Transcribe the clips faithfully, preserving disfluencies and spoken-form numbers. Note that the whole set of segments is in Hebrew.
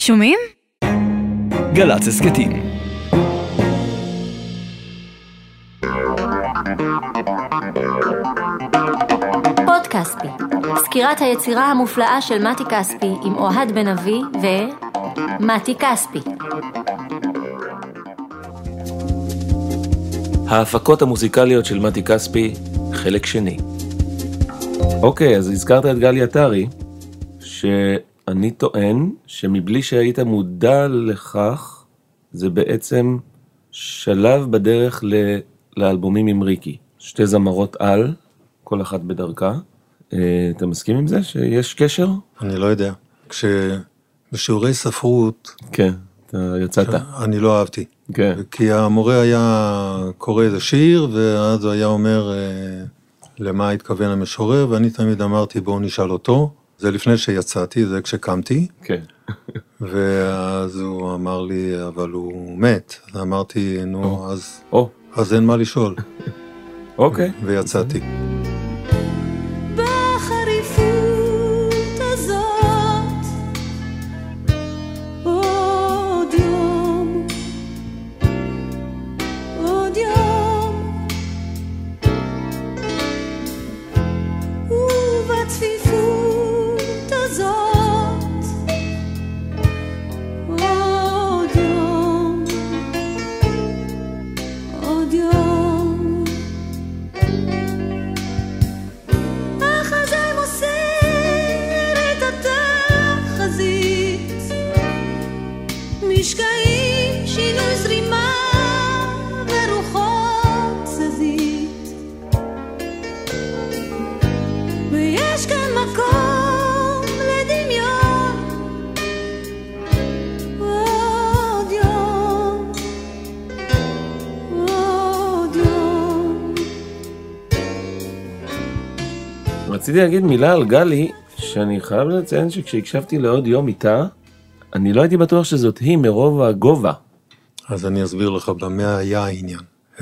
שומעים? גל"צ הסכתים. פודקאספי, סקירת היצירה המופלאה של מתי כספי עם אוהד בן אבי ומתי כספי. ההפקות המוזיקליות של מתי כספי, חלק שני. אוקיי, אז הזכרת את גלי עטרי, שאני טוען שמבלי שהיית מודע לכך, זה בעצם שלב בדרך ל... לאלבומים עם ריקי. שתי זמרות על, כל אחת בדרכה. אתה מסכים עם זה שיש קשר? אני לא יודע. כשבשיעורי ספרות... כן, אתה יצאת. אני לא אהבתי. כן. כי המורה היה קורא איזה שיר, ואז הוא היה אומר למה התכוון המשורר, ואני תמיד אמרתי בואו נשאל אותו. זה לפני שיצאתי, זה כשקמתי. כן. ואז הוא אמר לי, אבל הוא מת. אז אמרתי, נו, אז... או. אז אין מה לשאול. אוקיי. ויצאתי. משקעים, שינוי זרימה ורוחות זזית, ויש כאן מקום לדמיון. עוד יום, עוד יום. רציתי להגיד מילה על גלי, שאני חייב לציין שכשהקשבתי לעוד יום איתה, אני לא הייתי בטוח שזאת היא מרוב הגובה. אז אני אסביר לך במה היה העניין.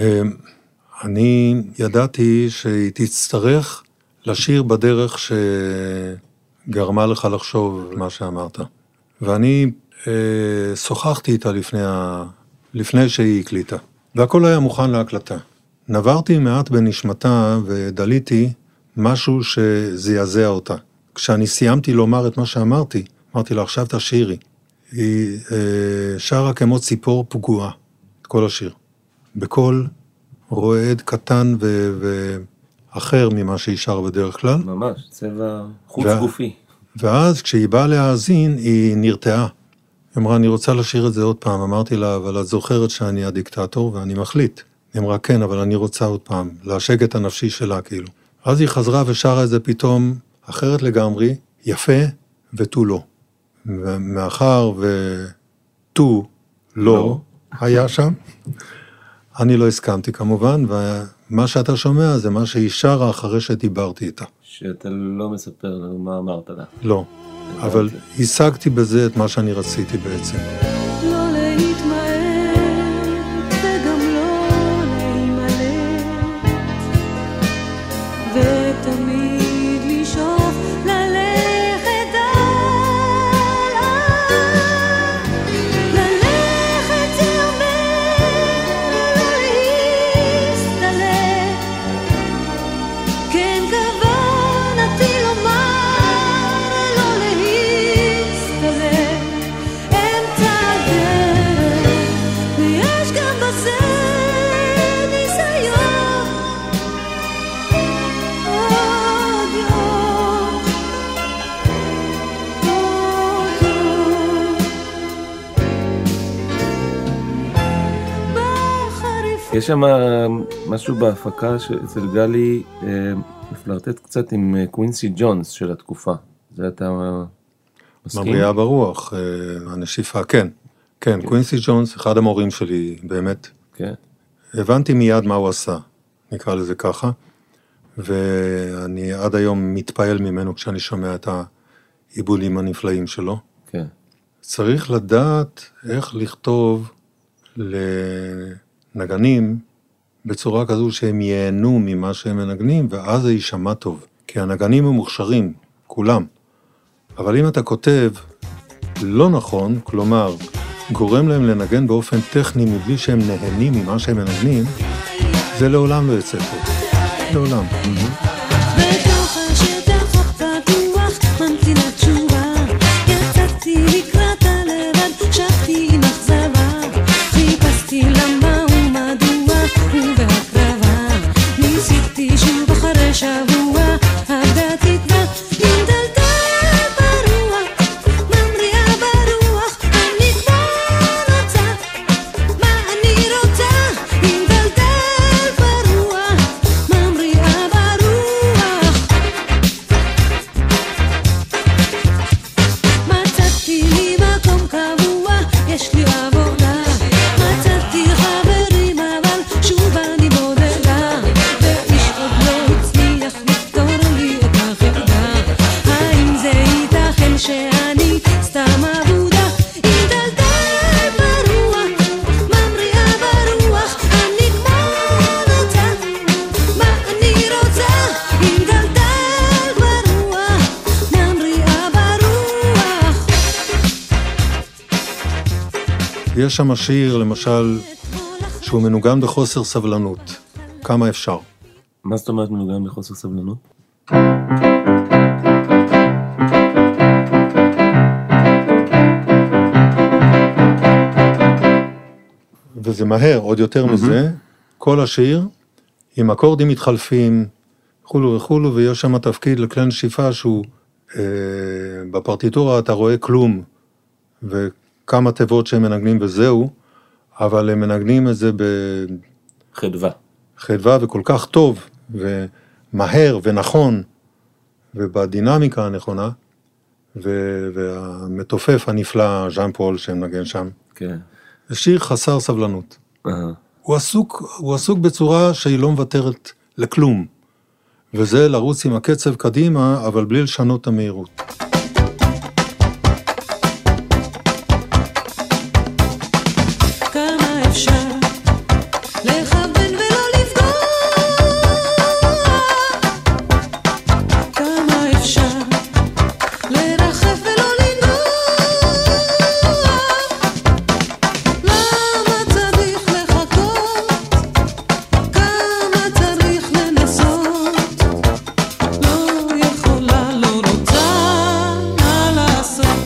אני ידעתי שהיא תצטרך לשיר בדרך שגרמה לך לחשוב מה שאמרת. ואני אה, שוחחתי איתה לפני, ה... לפני שהיא הקליטה. והכל היה מוכן להקלטה. נברתי מעט בנשמתה ודליתי משהו שזעזע אותה. כשאני סיימתי לומר את מה שאמרתי, אמרתי לה, עכשיו תשירי. היא שרה כמו ציפור פגועה, את כל השיר. בקול רועד קטן ו- ואחר ממה שהיא שרה בדרך כלל. ממש, צבע חוץ ו- גופי. ואז כשהיא באה להאזין, היא נרתעה. היא אמרה, אני רוצה לשיר את זה עוד פעם. אמרתי לה, אבל את זוכרת שאני הדיקטטור ואני מחליט. היא אמרה, כן, אבל אני רוצה עוד פעם, להשק את הנפשי שלה כאילו. אז היא חזרה ושרה את זה פתאום אחרת לגמרי, יפה ותו לא. ומאחר ותו לא היה שם, אני לא הסכמתי כמובן, ומה שאתה שומע זה מה שהיא שרה אחרי שדיברתי איתה. שאתה לא מספר לנו מה אמרת לה. לא, אבל השגתי בזה את מה שאני רציתי בעצם. לא להתמעט וגם לא להימלט, ותמיד לשאוף ללכת הלאה. ללכת זה אומר לא להסתלק, כן כוונתי לומר לא להסתלק. אמצע הדרך ויש גם בזה ניסיון. עוד יום, עוד יום בחריפות. יש שם משהו בהפקה אצל גלי, מפלרטט קצת עם קווינסי ג'ונס של התקופה. זה אתה מסכים? ממריאה ברוח, הנשיפה, כן. כן, קווינסי ג'ונס, אחד המורים שלי, באמת. כן. הבנתי מיד מה הוא עשה, נקרא לזה ככה, ואני עד היום מתפעל ממנו כשאני שומע את העיבולים הנפלאים שלו. כן. צריך לדעת איך לכתוב לנגנים בצורה כזו שהם ייהנו ממה שהם מנגנים, ואז זה יישמע טוב. כי הנגנים הם מוכשרים, כולם. אבל אם אתה כותב לא נכון, כלומר, גורם להם לנגן באופן טכני מבלי שהם נהנים ממה שהם מנגנים, זה לעולם לא יצא טוב. לעולם. בתוך השטח הפתוח ממתינה תשובה, יצאתי לקראת הלבד, שבתי עם אכזבה, חיפשתי למה ומדוע ובהקרבה, ניסיתי שוב אחרי שבוע, עבדה תקווה, עם דלדל ברוח, ממריאה ברוח, אני כבר רוצה, מה אני רוצה, עם דלדל ברוח, ממריאה ברוח. מצאתי לי מקום קבוע, יש לי עבודה, מצאתי חברים אבל שוב אני בודדה, ואיש עוד לא הצליח לפתור לי את החידה. האם זה ייתכן שאני סתם אבודה, עם דלדל ברוח, ממריאה ברוח, אני כבר רוצה, מה אני רוצה, עם דלדל ברוח, ממריאה ברוח. יש שם שיר, למשל, שהוא מנוגן בחוסר סבלנות. כמה אפשר? מה זאת אומרת מנוגן בחוסר סבלנות? וזה מהר, עוד יותר מזה, כל השיר, עם אקורדים מתחלפים, וכולו וכולו, ויש שם תפקיד לכלי נשיפה שהוא, אה, בפרטיטורה אתה רואה כלום, וכמה תיבות שהם מנגנים וזהו, אבל הם מנגנים את זה חדווה. בחדווה וכל כך טוב, ומהר ונכון, ובדינמיקה הנכונה, ו- והמתופף הנפלא, ז'אן פול, שמנגן שם. כן. זה שיר חסר סבלנות. אה. הוא עסוק, הוא עסוק בצורה שהיא לא מוותרת לכלום. וזה לרוץ עם הקצב קדימה, אבל בלי לשנות את המהירות. כמה אפשר לכוון ולא לפגוע, כמה אפשר לרחף ולא לנגוע, למה צריך לחכות, כמה צריך לנסות, לא יכולה לא רוצה מה לעשות,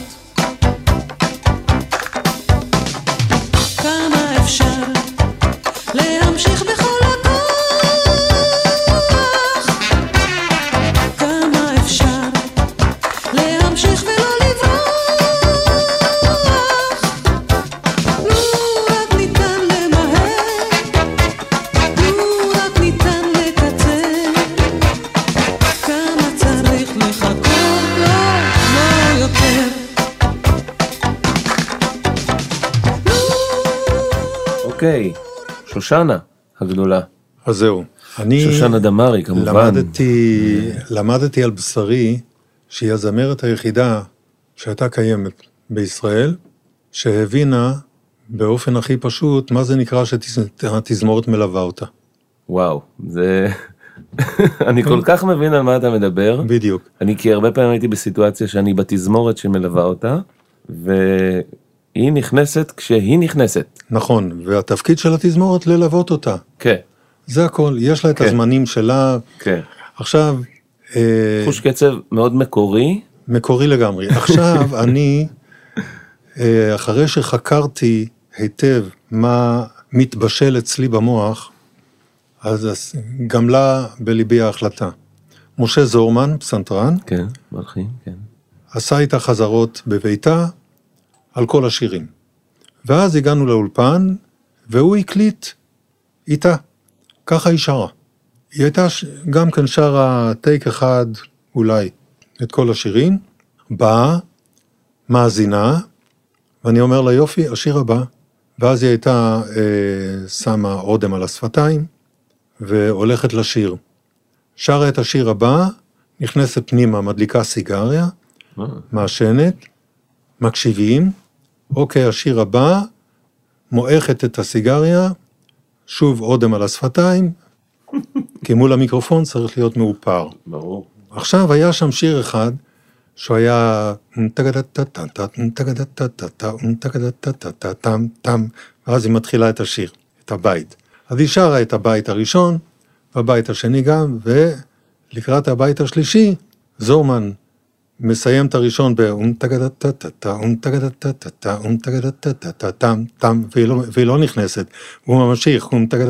כמה אפשר להמשיך בכל הכוח, כמה אפשר להמשיך ולא לברוח, לו רק ניתן למהר, לו רק ניתן לקצר, כמה צריך לחכות, לא, לא יותר. אוקיי, שושנה הגדולה. אז זהו. אני שושנה דמארי, כמובן. למדתי, למדתי על בשרי, שהיא הזמרת היחידה שהייתה קיימת בישראל, שהבינה באופן הכי פשוט, מה זה נקרא שהתזמורת מלווה אותה. וואו, זה... אני כל כך מבין על מה אתה מדבר. בדיוק. אני כי הרבה פעמים הייתי בסיטואציה שאני בתזמורת שמלווה אותה, והיא נכנסת כשהיא נכנסת. נכון, והתפקיד של התזמורת ללוות אותה. כן, זה הכל, יש לה את כן. הזמנים שלה. כן. עכשיו, אה, חוש קצב מאוד מקורי. מקורי לגמרי. עכשיו אני, אה, אחרי שחקרתי היטב מה מתבשל אצלי במוח, אז אז גמלה בליבי ההחלטה. משה זורמן, פסנתרן, כן, מלחין, כן. עשה איתה חזרות בביתה על כל השירים. ואז הגענו לאולפן, והוא הקליט איתה. ככה היא שרה. היא הייתה ש- גם כן שרה טייק אחד, אולי, את כל השירים. באה, מאזינה, ואני אומר לה, יופי, השיר הבא. ואז היא הייתה אה, שמה אודם על השפתיים, והולכת לשיר. שרה את השיר הבא, נכנסת פנימה, מדליקה סיגריה, אה, מעשנת, מקשיבים, אוקיי, השיר הבא, מועכת את הסיגריה, שוב אודם על השפתיים, כי מול המיקרופון צריך להיות מאופר. ברור. עכשיו היה שם שיר אחד, שהוא היה ואז היא מתחילה את השיר, את הבית. אז היא שרה את הבית הראשון, והבית השני גם, ולקראת הבית השלישי, זורמן מסיים את הראשון והיא לא נכנסת, והוא ממשיך,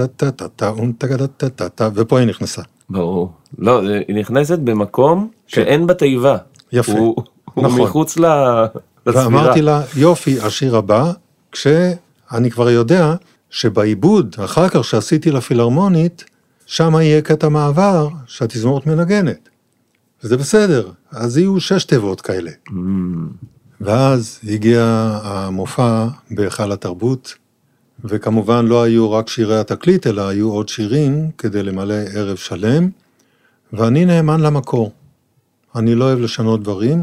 ופה היא נכנסה. ברור. לא, היא נכנסת במקום שאין בתיבה. יפה. הוא מחוץ לספירה. ואמרתי לה, יופי, השיר הבא, כשאני כבר יודע שבעיבוד, אחר כך שעשיתי לפילהרמונית, שם יהיה קטע מעבר שהתזמורת מנגנת. וזה בסדר, אז יהיו שש תיבות כאלה. Mm. ואז הגיע המופע בהיכל התרבות, וכמובן לא היו רק שירי התקליט, אלא היו עוד שירים כדי למלא ערב שלם, ואני נאמן למקור. אני לא אוהב לשנות דברים,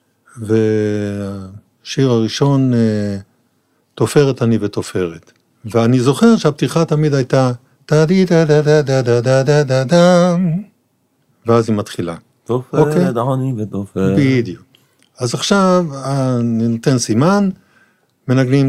ושיר הראשון, תופרת אני ותופרת. ואני זוכר שהפתיחה תמיד הייתה, ואז היא מתחילה. תופרת אני ותופרת. בדיוק. אז עכשיו אני נותן סימן, מנגנים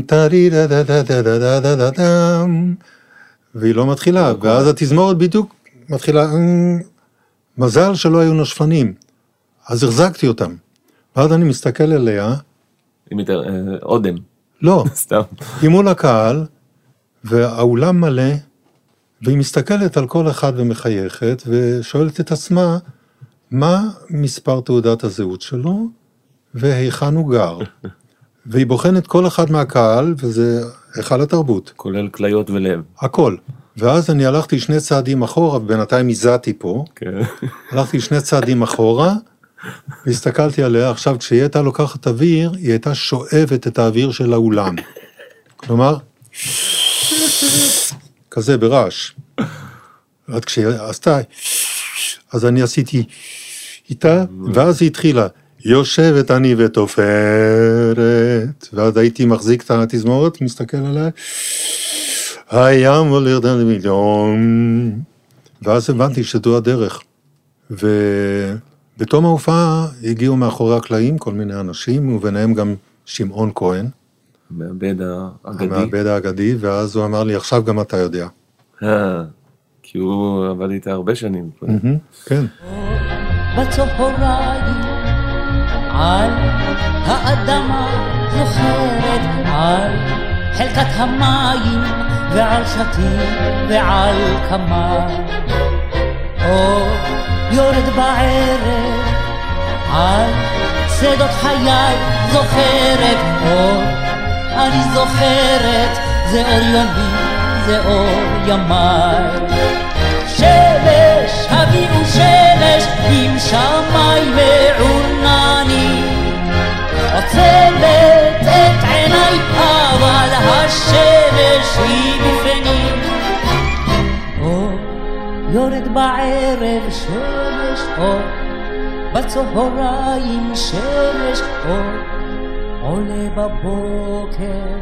והיא לא מתחילה, ואז התזמורת בדיוק מתחילה, מזל שלא היו נשפנים, אז החזקתי אותם, ואז אני מסתכל עליה, עודם. לא, סתם. היא מול הקהל, והאולם מלא, והיא מסתכלת על כל אחד ומחייכת, ושואלת את עצמה, מה מספר תעודת הזהות שלו, והיכן הוא גר. והיא בוחנת כל אחד מהקהל, וזה היכל התרבות. כולל כליות ולב. הכל. ואז אני הלכתי שני צעדים אחורה, ובינתיים הזעתי פה. כן. הלכתי שני צעדים אחורה, והסתכלתי עליה. עכשיו, כשהיא הייתה לוקחת אוויר, היא הייתה שואבת את האוויר של האולם. כלומר, כזה ברעש. עד כשהיא עשתה, אז אני עשיתי איתה, ואז היא התחילה. יושבת אני ותופרת, ואז הייתי מחזיק את התזמורת, מסתכל עליי, הים עולה דם מיליון, ואז הבנתי שזו הדרך, ובתום ההופעה הגיעו מאחורי הקלעים כל מיני אנשים, וביניהם גם שמעון כהן, המעבד האגדי, המעבד האגדי, ואז הוא אמר לי, עכשיו גם אתה יודע. אה, כי הוא עבד איתה הרבה שנים. כן. בצהריים על האדמה זוכרת, על חלקת המים ועל שתים ועל כמה, או יורד בערב על שדות חיי זוכרת, או אני זוכרת, זה אור יומי, זה אור ימי. שמש, הביאו שמש עם שמי מעונני, עוצמת את עיניי, אבל השמש היא בפנים. אור יורד בערב, שמש אור, בצהריים שמש אור, עולה בבוקר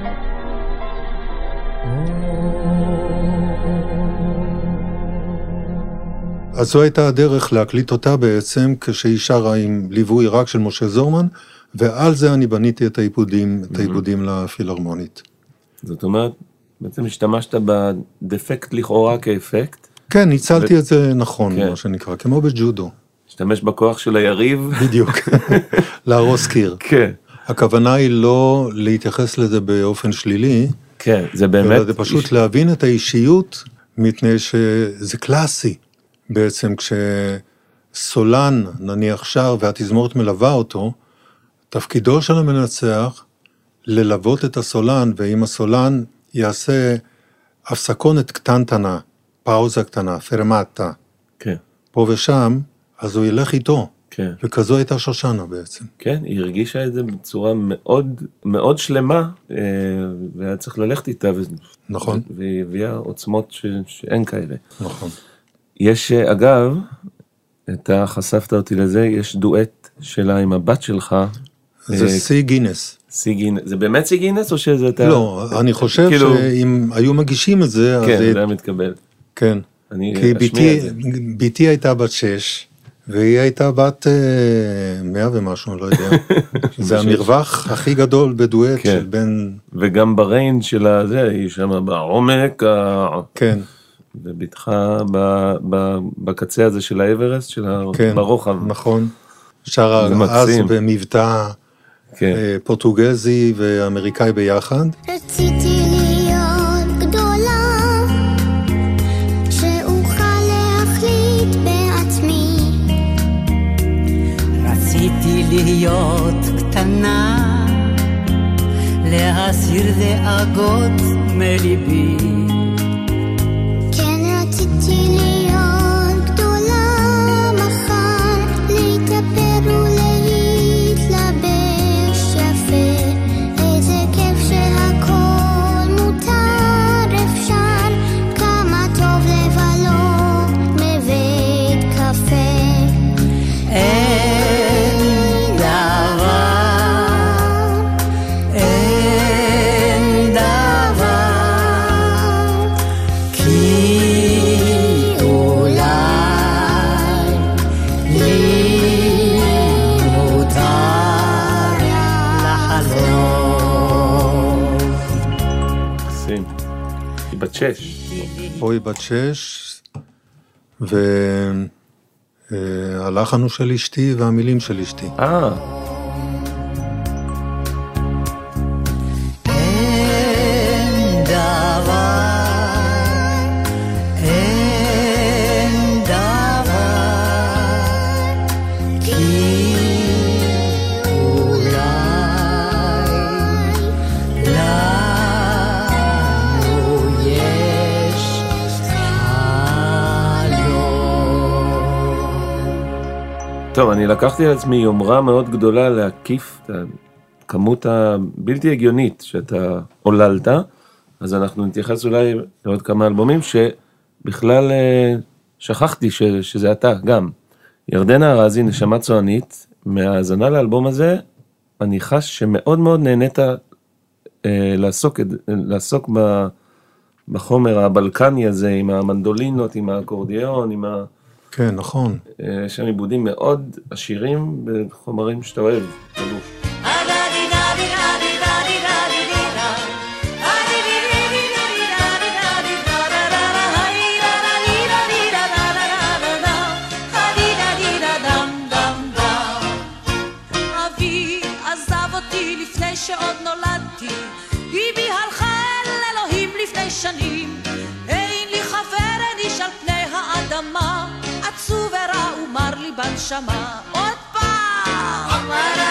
אז זו הייתה הדרך להקליט אותה בעצם, כשהיא שרה עם ליווי רק של משה זורמן, ועל זה אני בניתי את העיבודים, את העיבודים לפילהרמונית. זאת אומרת, בעצם השתמשת בדפקט לכאורה כאפקט? כן, ניצלתי את זה נכון, מה שנקרא, כמו בג'ודו. השתמש בכוח של היריב? בדיוק, להרוס קיר. כן. הכוונה היא לא להתייחס לזה באופן שלילי, כן, זה באמת... אלא זה פשוט להבין את האישיות, מפני שזה קלאסי. בעצם כשסולן נניח שר והתזמורת מלווה אותו, תפקידו של המנצח ללוות את הסולן, ואם הסולן יעשה הפסקונת קטנטנה, פאוזה קטנה, פרמטה, כן. פה ושם, אז הוא ילך איתו. כן. וכזו הייתה שושנה בעצם. כן, היא הרגישה את זה בצורה מאוד, מאוד שלמה, והיה צריך ללכת איתה. ו... נכון. והיא הביאה עוצמות ש... שאין כאלה. נכון. יש, אגב, אתה חשפת אותי לזה, יש דואט שלה עם הבת שלך. זה סי גינס. סי גינס. זה באמת סי גינס או שזה אתה... לא, אני חושב כאילו... שאם היו מגישים את זה... כן, זה היה מתקבל. כן. כי ביתי, ביתי הייתה בת שש, והיא הייתה בת אה, מאה ומשהו, לא יודע. זה המרווח הכי גדול בדואט כן. של בין... וגם בריינג' של הזה, היא שם בעומק, ה... כן, וביטחה ב... ב... בקצה הזה של האברסט, של ה... כן, ברוחב. נכון. שרה זה אז מקסים. במבטא כן. אה, פורטוגזי ואמריקאי ביחד. רציתי להיות גדולה, שאוכל להחליט בעצמי. רציתי להיות קטנה, להסיר דאגות מליבי. כן רציתי להיות גדולה, מחר להתאפר ולהתלבש יפה. איזה כיף שהכל מותר, אפשר כמה טוב לבלות בבית קפה. אין דבר, אין דבר, כי אולי לי מותר לחלום. מקסים. היא בת שש. פה היא בת שש, והלחן הוא של אשתי והמילים של אשתי. אה, אין דבר, אין דבר, כי אולי לנו יש חלום. טוב, אני לקחתי על עצמי יומרה מאוד גדולה להקיף את הכמות הבלתי הגיונית שאתה עוללת, אז אנחנו נתייחס אולי לעוד כמה אלבומים שבכלל אה, שכחתי ש, שזה אתה גם. ירדנה ארזי, נשמה צוענית, מהאזנה לאלבום הזה, אני חש שמאוד מאוד נהנית אה, לעסוק, לעסוק ב, בחומר הבלקני הזה, עם המנדולינות, עם האקורדיון, עם ה... כן, נכון. יש שם עיבודים מאוד עשירים בחומרים שאתה אוהב. אבי עזב אותי לפני שעוד נולדתי, אמי הלכה אל אלוהים לפני שנים, אין לי חבר איש על פני האדמה, עצוב ורע ומר לי בנשמה. עוד פעם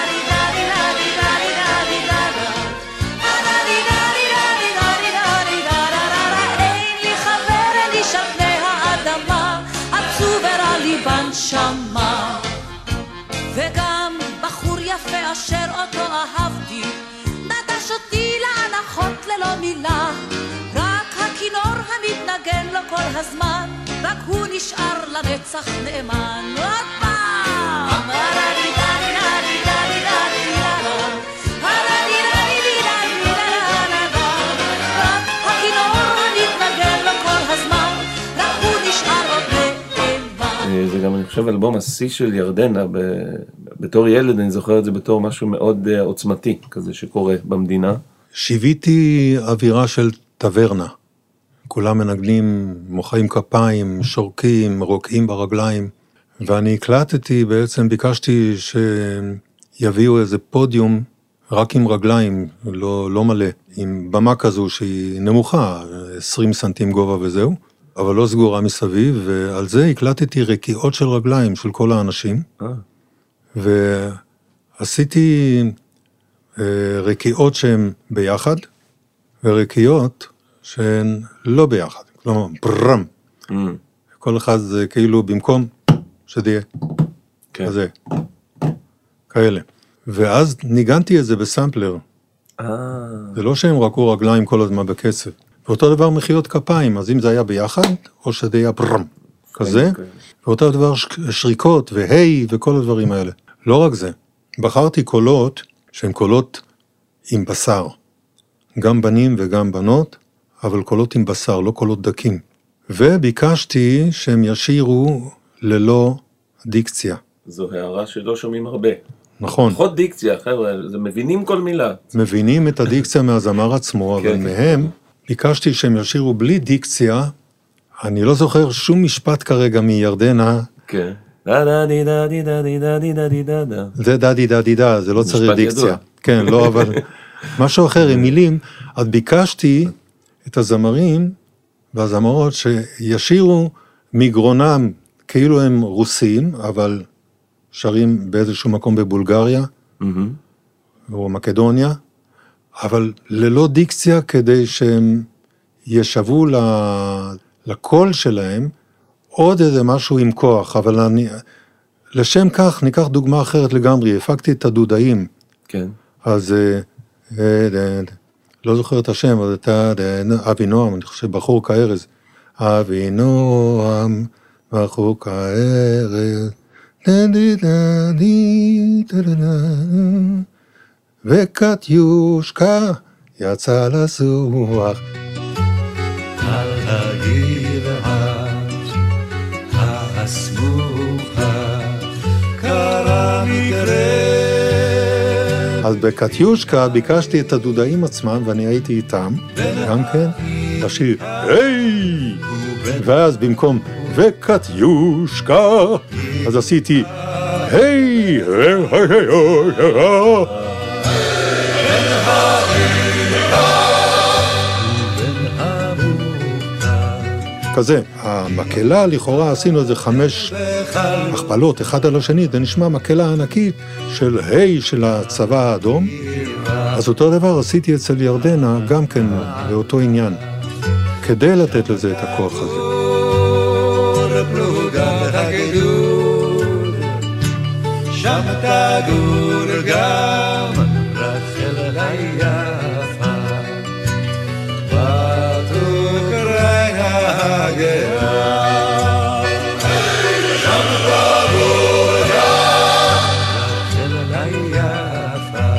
אין לי חבר איש על פני האדמה, עצוב ורע לי בנשמה. וגם בחור יפה אשר אותו אהבתי, נטש אותי לאנחות ללא מילה, רק הכינור המתנגן לו כל הזמן, רק הוא נשאר לנצח נאמן. עוד פעם רק הכינור המתנגן לו כל הזמן, רק הוא נשאר עוד נאמן. זה גם, אני חושב, אלבום השיא של ירדנה, ב... בתור ילד אני זוכר את זה בתור משהו מאוד עוצמתי, כזה שקורה במדינה. שיוויתי אווירה של טברנה. כולם מנגנים, מוחאים כפיים, שורקים, רוקעים ברגליים. ואני הקלטתי, בעצם ביקשתי שיביאו איזה פודיום רק עם רגליים, לא, לא מלא, עם במה כזו שהיא נמוכה, עשרים סנטים גובה וזהו, אבל לא סגורה מסביב, ועל זה הקלטתי רקיעות של רגליים של כל האנשים. אה. ועשיתי אה, רקיעות שהן ביחד, ורקיעות שהן לא ביחד, כלומר, ברם. Mm. כל אחד זה כאילו במקום שזה יהיה, כן. כזה, כאלה. ואז ניגנתי את זה בסמפלר. אה. זה לא שהם רקו רגליים כל הזמן בקצב. ואותו דבר מחיאות כפיים, אז אם זה היה ביחד, או שזה היה ברם, כזה. כן. ואותו דבר שריקות והי וכל הדברים האלה. לא רק זה, בחרתי קולות שהן קולות עם בשר. גם בנים וגם בנות, אבל קולות עם בשר, לא קולות דקים. וביקשתי שהם ישירו ללא הדיקציה. זו הערה שלא שומעים הרבה. נכון. פחות דיקציה, חבר'ה, זה מבינים כל מילה. מבינים את הדיקציה מהזמר עצמו, אבל כן. מהם ביקשתי שהם ישירו בלי דיקציה, אני לא זוכר שום משפט כרגע מירדנה, כן. דה דה די דה די דה די דה די דה די דה דה. זה דדי דדי דה, זה לא צריך משפט דיקציה. ידוע. כן, לא, אבל משהו אחר עם מילים, אז ביקשתי את הזמרים והזמרות שישירו מגרונם, כאילו הם רוסים, אבל שרים באיזשהו מקום בבולגריה, מהמם. או מקדוניה, אבל ללא דיקציה כדי שהם ישבו לקול שלהם עוד איזה משהו עם כוח, אבל אני, לשם כך ניקח דוגמה אחרת לגמרי, הפקתי את הדודאים, כן. אז לא זוכר את השם, אז אתה אבי נועם, אני חושב בחור כארז, אבי נועם, בחור כארז, וקטיושקה יצא לסוח על הגבעה הסמוכה קרה מקרה. אז בקטיושקה ביקשתי את הדודאים עצמם ואני הייתי איתם גם כן לשיר היי, ואז במקום וקטיושקה אז עשיתי היי היי היי היי כזה. המקהלה לכאורה עשינו איזה חמש הכפלות אחד על השני, זה נשמע מקהלה ענקית של היי של הצבא האדום, אז אותו דבר עשיתי אצל ירדנה גם כן באותו עניין כדי לתת לזה את הכוח הזה. שם תגור גם רחל היפה בת אוקראינה הגאה. שם תגור גם רחל היפה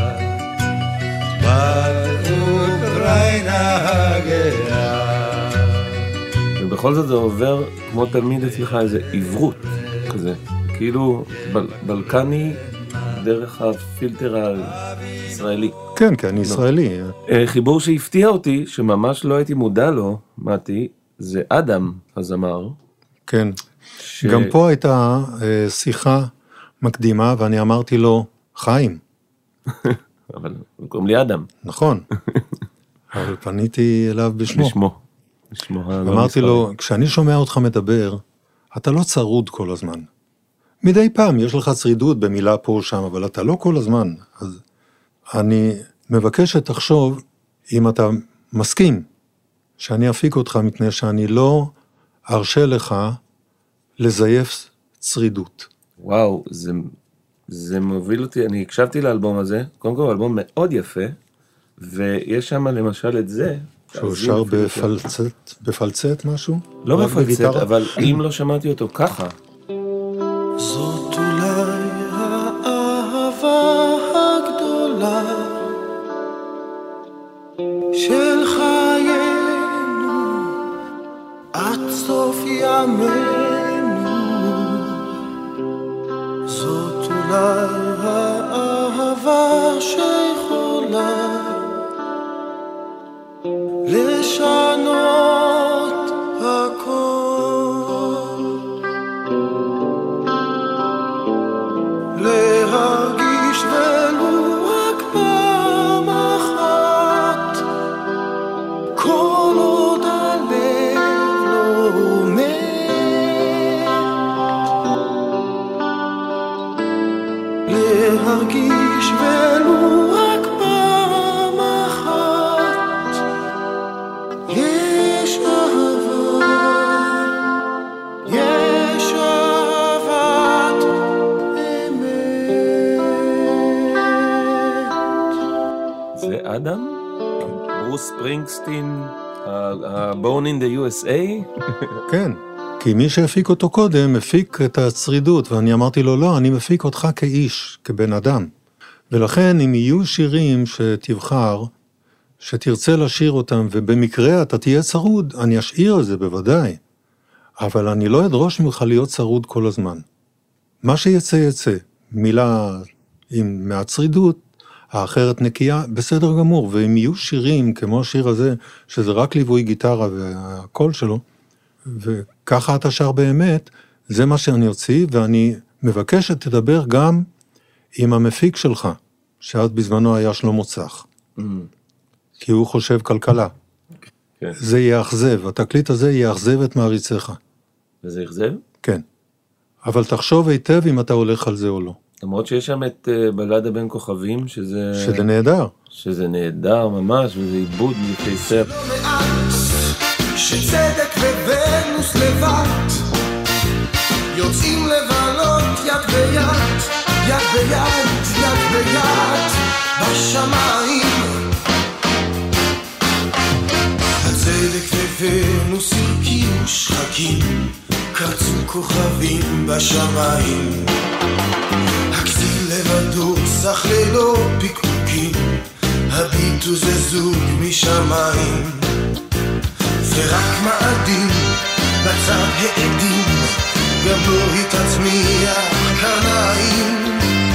בת אוקראינה הגאה. ובכל זאת זה עובר כמו תלמיד אצלך איזה עברות כזה. כאילו בל, בלקני דרך הפילטר הישראלי. כן, כן, ישראלי. חיבור שהפתיע אותי, שממש לא הייתי מודע לו, מתי, זה אדם הזמר. כן. ש... גם פה הייתה שיחה מקדימה, ואני אמרתי לו, חיים. אבל קוראים לי אדם. נכון. אבל פניתי אליו בשמו. בשמו. בשמו. אמרתי לו, כשאני שומע אותך מדבר, אתה לא צרוד כל הזמן. מדי פעם יש לך צרידות במילה פה או שם, אבל אתה לא כל הזמן. אז אני מבקש שתחשוב, אם אתה מסכים, שאני אפיק אותך, מפני שאני לא ארשה לך לזייף צרידות. וואו, זה, זה מוביל אותי, אני הקשבתי לאלבום הזה, קודם כל אלבום מאוד יפה, ויש שם למשל את זה. שהוא שר בפלצט, בפלצט משהו? לא בפלצט, אבל אם לא שמעתי אותו ככה, זאת אולי האהבה הגדולה של חיינו עד סוף ימינו. זאת אולי האהבה שיכולה לשנות הכל, להרגיש ולו רק פעם אחת, כל עוד הלב לא מת, להרגיש ולו רק פעם אחת, יש אהבה, יש אהבת זה אדם? ברוס ספרינגסטין, ה-Born in the יו אס איי? כן, כי מי שהפיק אותו קודם, מפיק את הצרידות, ואני אמרתי לו, לא, אני מפיק אותך כאיש, כבן אדם. ולכן, אם יהיו שירים שתבחר, שתרצה לשיר אותם, ובמקרה אתה תהיה צרוד, אני אשאיר את זה בוודאי. אבל אני לא אדרוש ממך להיות צרוד כל הזמן. מה שיצא יצא, מילה עם מהצרידות, האחרת נקייה, בסדר גמור, ואם יהיו שירים כמו השיר הזה, שזה רק ליווי גיטרה והקול שלו, וככה אתה שר באמת, זה מה שאני אוציא, ואני מבקש שתדבר גם עם המפיק שלך, שעד בזמנו היה שלמה צח, mm. כי הוא חושב כלכלה. Okay. זה יאכזב, התקליט הזה יאכזב את מעריציך. וזה יאכזב? כן. אבל תחשוב היטב אם אתה הולך על זה או לא. למרות שיש שם את uh, בלדה בין כוכבים, שזה... שזה נהדר. שזה נהדר ממש, וזה עיבוד מפייסר. לא מעט, שצדק וונוס לבד, יוצאים לבלות יד ביד, יד ביד, יד ביד, בשמיים. הצדק וונוס הרקיעו שחקים, קרצו כוכבים בשמיים. הכסיל לבדו סך ללא פיקפוקים, הביטו זה זוג משמיים. ורק מאדים בצד העדים, גם לא התעצמיח קרניים.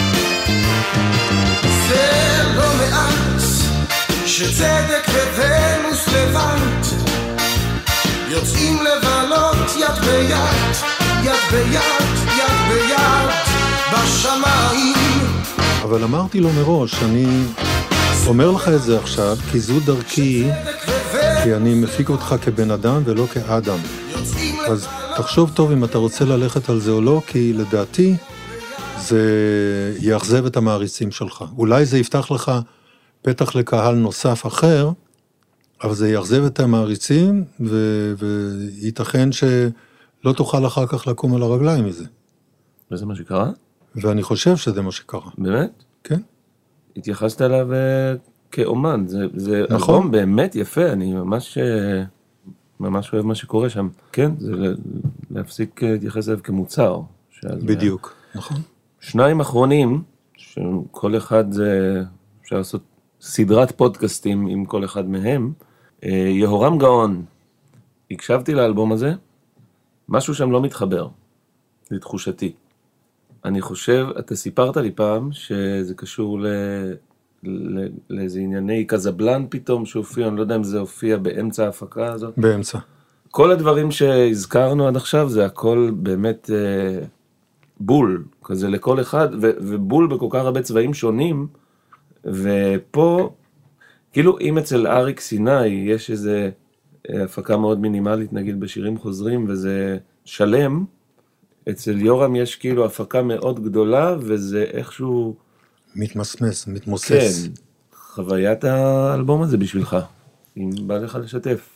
זה לא מעט שצדק וונוס לבד, יוצאים לבלות יד ביד, יד ביד, יד ביד, בשמיים. אבל אמרתי לו מראש, אני אומר לך את זה עכשיו, כי זו דרכי, כי אני מפיק אותך כבן אדם ולא כאדם. אז תחשוב טוב אם אתה רוצה ללכת על זה או לא, כי לדעתי זה יאכזב את המעריצים שלך. אולי זה יפתח לך פתח לקהל נוסף אחר, אבל זה יאכזב את המעריצים, ו- וייתכן שלא תוכל אחר כך לקום על הרגליים מזה. וזה מה שקרה? ואני חושב שזה מה שקרה. באמת? כן. התייחסת אליו כאומן, זה, זה נכון. אלבום באמת יפה, אני ממש, ממש אוהב מה שקורה שם. כן, זה להפסיק להתייחס אליו כמוצר. בדיוק, נכון. שניים אחרונים, שכל אחד זה, אפשר לעשות סדרת פודקאסטים עם כל אחד מהם. יהורם גאון, הקשבתי לאלבום הזה, משהו שם לא מתחבר, לתחושתי. אני חושב, אתה סיפרת לי פעם שזה קשור ל... ל... לאיזה ענייני קזבלן פתאום שהופיע, אני לא יודע אם זה הופיע באמצע ההפקה הזאת. באמצע. כל הדברים שהזכרנו עד עכשיו זה הכל באמת אה, בול, כזה לכל אחד, ו... ובול בכל כך הרבה צבעים שונים, ופה, כאילו אם אצל אריק סיני יש איזה הפקה מאוד מינימלית נגיד בשירים חוזרים וזה שלם, אצל יורם יש כאילו הפקה מאוד גדולה, וזה איכשהו... מתמסמס, מתמוסס. כן, חוויית האלבום הזה בשבילך, אם בא לך לשתף.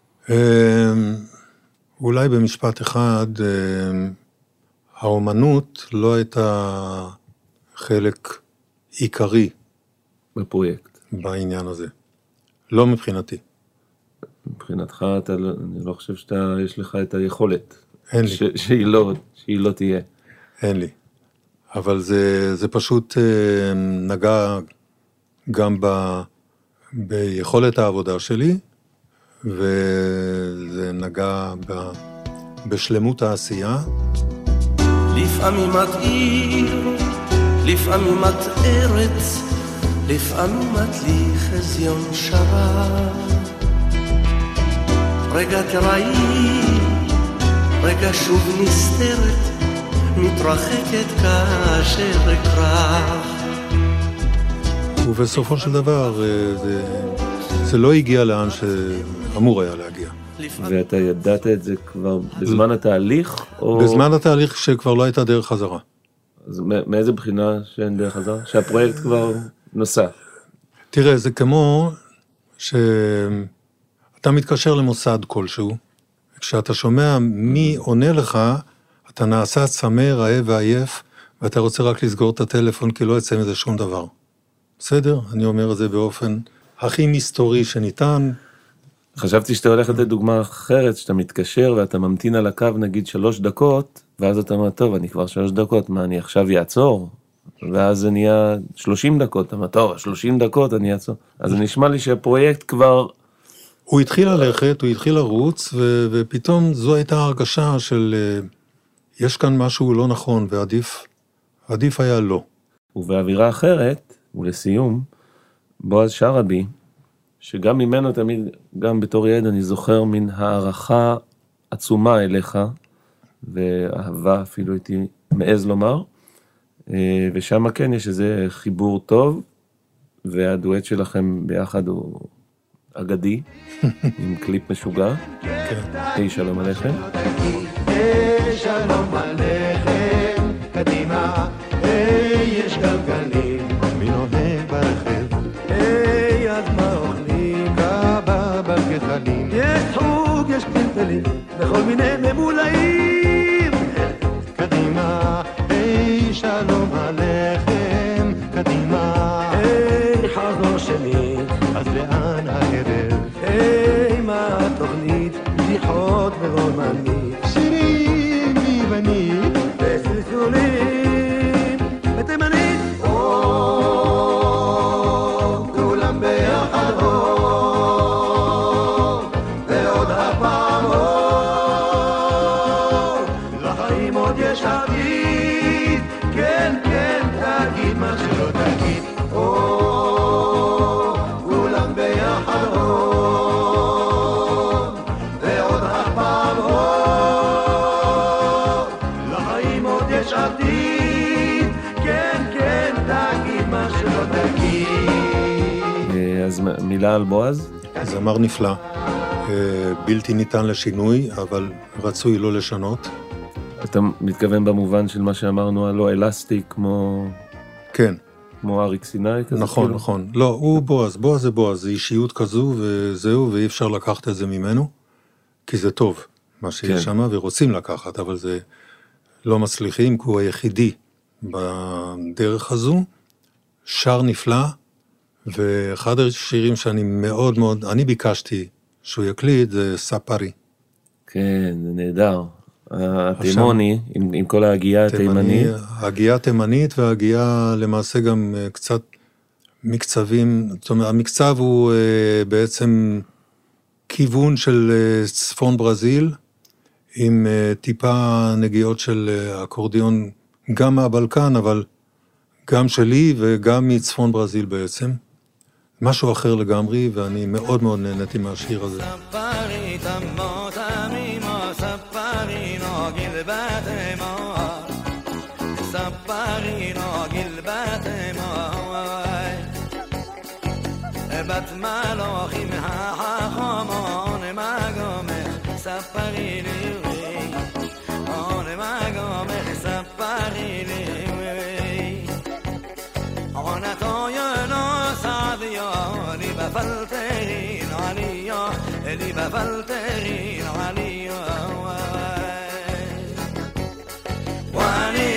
אולי במשפט אחד, האומנות לא הייתה חלק עיקרי. בפרויקט. בעניין הזה. לא מבחינתי. מבחינתך, אתה, אני לא חושב שאתה, יש לך את היכולת. אין לי. ש, שהיא לא, שהיא לא תהיה. אין לי. אבל זה, זה פשוט נגע גם ב, ביכולת העבודה שלי, וזה נגע ב, בשלמות העשייה. לפעמים את עיר, לפעמים את ארץ, לפעמים את לי חזיון שרה. רגע תראי, רגע שוב נסתרת, מתרחקת כאשר אקרח. ובסופו של דבר זה, זה לא הגיע לאן שאמור היה להגיע. ואתה ידעת את זה כבר בזמן התהליך? או... בזמן התהליך שכבר לא הייתה דרך חזרה. אז מאיזה בחינה שאין דרך חזרה? שהפרויקט כבר נוסע. תראה, זה כמו שאתה מתקשר למוסד כלשהו, כשאתה שומע מי עונה לך, אתה נעשה צמא, רעב ועייף, ואתה רוצה רק לסגור את הטלפון, כי לא יצא מזה שום דבר. בסדר? אני אומר את זה באופן הכי מסתורי שניתן. חשבתי שאתה הולך לתת דוגמה אחרת, שאתה מתקשר ואתה ממתין על הקו נגיד שלוש דקות, ואז אתה אומר, טוב, אני כבר שלוש דקות, מה, אני עכשיו יעצור? ואז זה נהיה שלושים דקות, אתה אומר, טוב, שלושים דקות אני אעצור. אז זה נשמע לי שהפרויקט כבר... הוא התחיל ללכת, הוא התחיל לרוץ, ו- ופתאום זו הייתה הרגשה של יש כאן משהו לא נכון, ועדיף, עדיף היה לא. ובאווירה אחרת, ולסיום, בועז שרעבי, שגם ממנו תמיד, גם בתור ילד, אני זוכר מן הערכה עצומה אליך, ואהבה אפילו הייתי מעז לומר, ושם כן יש איזה חיבור טוב, והדואט שלכם ביחד הוא אגדי, עם קליפ משוגע. היי שלום עליכם. היי שלום עליכם, קדימה, היי יש גלגלים, מי נוהג ברכב, היי אז מה אוכלים, קבב בגחלים, יש חוג, יש פלפלים, וכל מיני ממולאים. קדימה, היי שלום עליכם, קדימה, היי חזור שנית, אז לאן הערב, היי מה התוכנית, בדיחות ורומנית, שירים יוונית וסלסולים בתימנית. או, כולם ביחד או, ועוד הפעם או, לחיים עוד יש עתיד, כן כן תגיד מה שלא תגיד. או, כולם ביחד או, ועוד הפעם או, לחיים עוד יש עתיד, כן כן תגיד מה שלא תגיד. אז מילה על בועז? זמר נפלא, בלתי ניתן לשינוי, אבל רצוי לא לשנות. אתה מתכוון במובן של מה שאמרנו, הלא אלסטי, כמו... כן. כמו אריק סיני כזה? נכון, כאילו? נכון. לא, הוא בועז, בועז זה בועז, זה אישיות כזו וזהו, ואי אפשר לקחת את זה ממנו, כי זה טוב, מה שיש כן. שם, ורוצים לקחת, אבל זה לא מצליחים, כי הוא היחידי בדרך הזו, שר נפלא, ואחד השירים שאני מאוד מאוד, אני ביקשתי שהוא יקליט, זה ספרי. כן, זה נהדר. התימוני, עם, עם כל ההגייה התימנית. ההגייה התימנית וההגייה למעשה גם קצת מקצבים, זאת אומרת, המקצב הוא בעצם כיוון של צפון ברזיל, עם טיפה נגיעות של אקורדיון גם מהבלקן, אבל גם שלי וגם מצפון ברזיל בעצם. משהו אחר לגמרי, ואני מאוד מאוד נהניתי מהשיר הזה. בת מלוכים החכמון מגומך ספרי לי on מגומך ספרי לי onatoyno sadio li bafalterin aliyo li bafalterin aliyo wani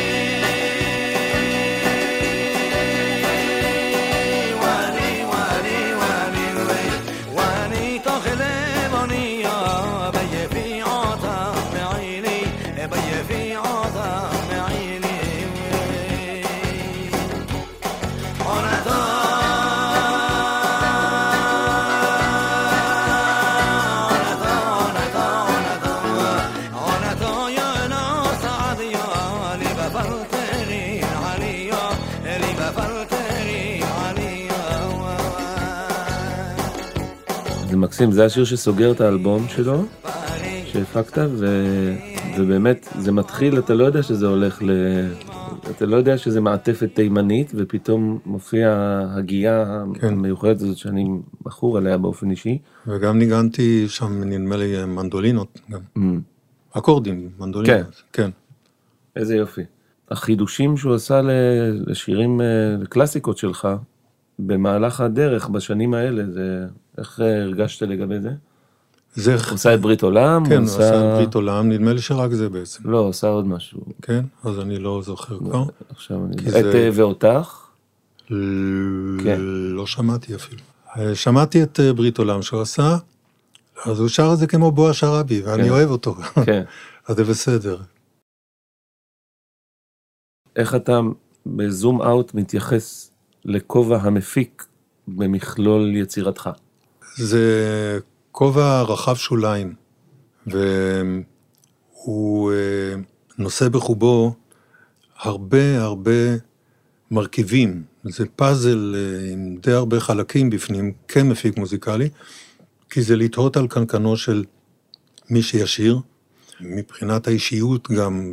זה מקסים, זה השיר שסוגר את האלבום שלו, שהפקת, ו... ובאמת זה מתחיל, אתה לא יודע שזה הולך ל... אתה לא יודע שזה מעטפת תימנית, ופתאום מופיע הגייה כן. המיוחדת הזאת שאני בחור עליה באופן אישי. וגם ניגנתי שם, נדמה לי, מנדולינות גם. Mm. אקורדים, מנדולינות. כן. כן. איזה יופי. החידושים שהוא עשה לשירים, לקלאסיקות שלך, במהלך הדרך, בשנים האלה, זה... איך הרגשת לגבי זה? זה... הוא עושה את ברית עולם? כן, הוא עושה... עשה את ברית עולם, נדמה לי שרק זה בעצם. לא, עושה עוד משהו. כן? אז אני לא זוכר כבר. עכשיו אני... את זה... ואותך? כן. לא שמעתי אפילו. שמעתי את ברית עולם שהוא עשה, אז הוא שר את זה כמו בועז שרעבי, ואני כן. אוהב אותו. כן. אז זה בסדר. איך אתה בזום אאוט מתייחס לכובע המפיק במכלול יצירתך? זה כובע רחב שוליים, והוא נושא בחובו הרבה הרבה מרכיבים. זה פאזל עם די הרבה חלקים בפנים, כמפיק מוזיקלי, כי זה לתהות על קנקנו של מי שישיר, מבחינת האישיות גם,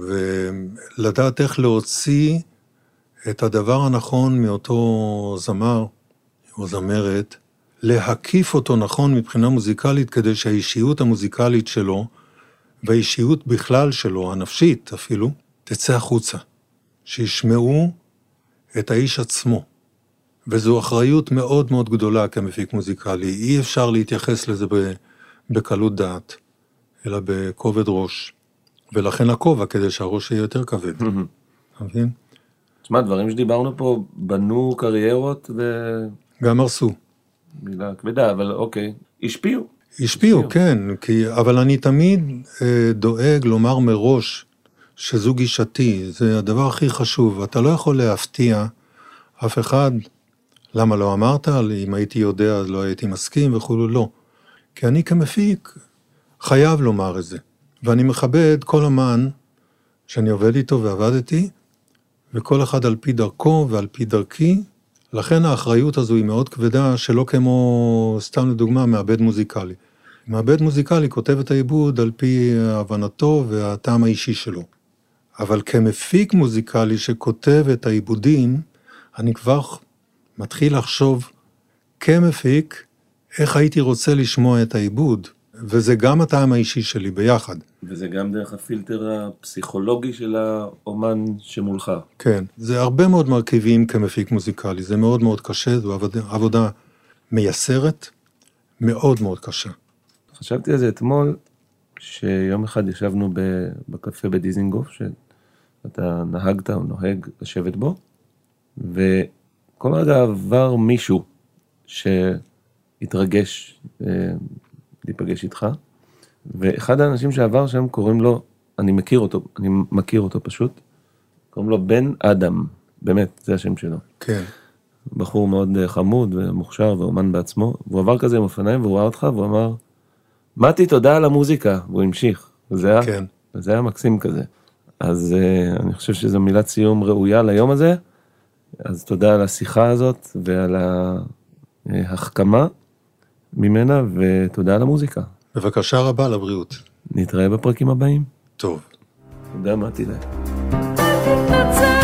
ולדעת איך להוציא את הדבר הנכון מאותו זמר או זמרת, להקיף אותו נכון מבחינה מוזיקלית, כדי שהאישיות המוזיקלית שלו, והאישיות בכלל שלו, הנפשית אפילו, תצא החוצה. שישמעו את האיש עצמו. וזו אחריות מאוד מאוד גדולה כמפיק מוזיקלי. אי אפשר להתייחס לזה בקלות דעת, אלא בכובד ראש. ולכן הכובע, כדי שהראש יהיה יותר כבד. מבין? תשמע, דברים שדיברנו פה, בנו קריירות ו... גם הרסו. מילה כבדה, אבל אוקיי. השפיעו. השפיעו, כן. כי, אבל אני תמיד אה, דואג לומר מראש, שזו גישתי, זה הדבר הכי חשוב. אתה לא יכול להפתיע אף אחד, למה לא אמרת? אם הייתי יודע, אז לא הייתי מסכים וכולו, לא. כי אני כמפיק חייב לומר את זה. ואני מכבד כל אמן שאני עובד איתו ועבדתי, וכל אחד על פי דרכו ועל פי דרכי, לכן האחריות הזו היא מאוד כבדה, שלא כמו, סתם לדוגמה, מעבד מוזיקלי. מעבד מוזיקלי כותב את העיבוד על פי הבנתו והטעם האישי שלו. אבל כמפיק מוזיקלי שכותב את העיבודים, אני כבר מתחיל לחשוב כמפיק, איך הייתי רוצה לשמוע את העיבוד, וזה גם הטעם האישי שלי ביחד. וזה גם דרך הפילטר הפסיכולוגי של האומן שמולך. כן, זה הרבה מאוד מרכיבים כמפיק מוזיקלי, זה מאוד מאוד קשה, זו עבודה, עבודה מייסרת, מאוד מאוד קשה. חשבתי על זה אתמול, שיום אחד ישבנו בקפה בדיזינגוף, שאתה נהגת או נוהג לשבת בו, וכל רגע עבר מישהו שהתרגש להיפגש איתך, ואחד האנשים שעבר שם קוראים לו, אני מכיר אותו, אני מכיר אותו פשוט, קוראים לו בן אדם, באמת, זה השם שלו. כן. בחור מאוד חמוד ומוכשר ואומן בעצמו, והוא עבר כזה עם אופניים והוא ראה אותך והוא אמר, מתי, תודה על המוזיקה, והוא המשיך. וזה היה, כן. וזה היה מקסים כזה. אז uh, אני חושב שזו מילת סיום ראויה ליום הזה, אז תודה על השיחה הזאת ועל ההחכמה ממנה, ותודה על המוזיקה. בבקשה רבה לבריאות. נתראה בפרקים הבאים. טוב. תודה, מתי להם.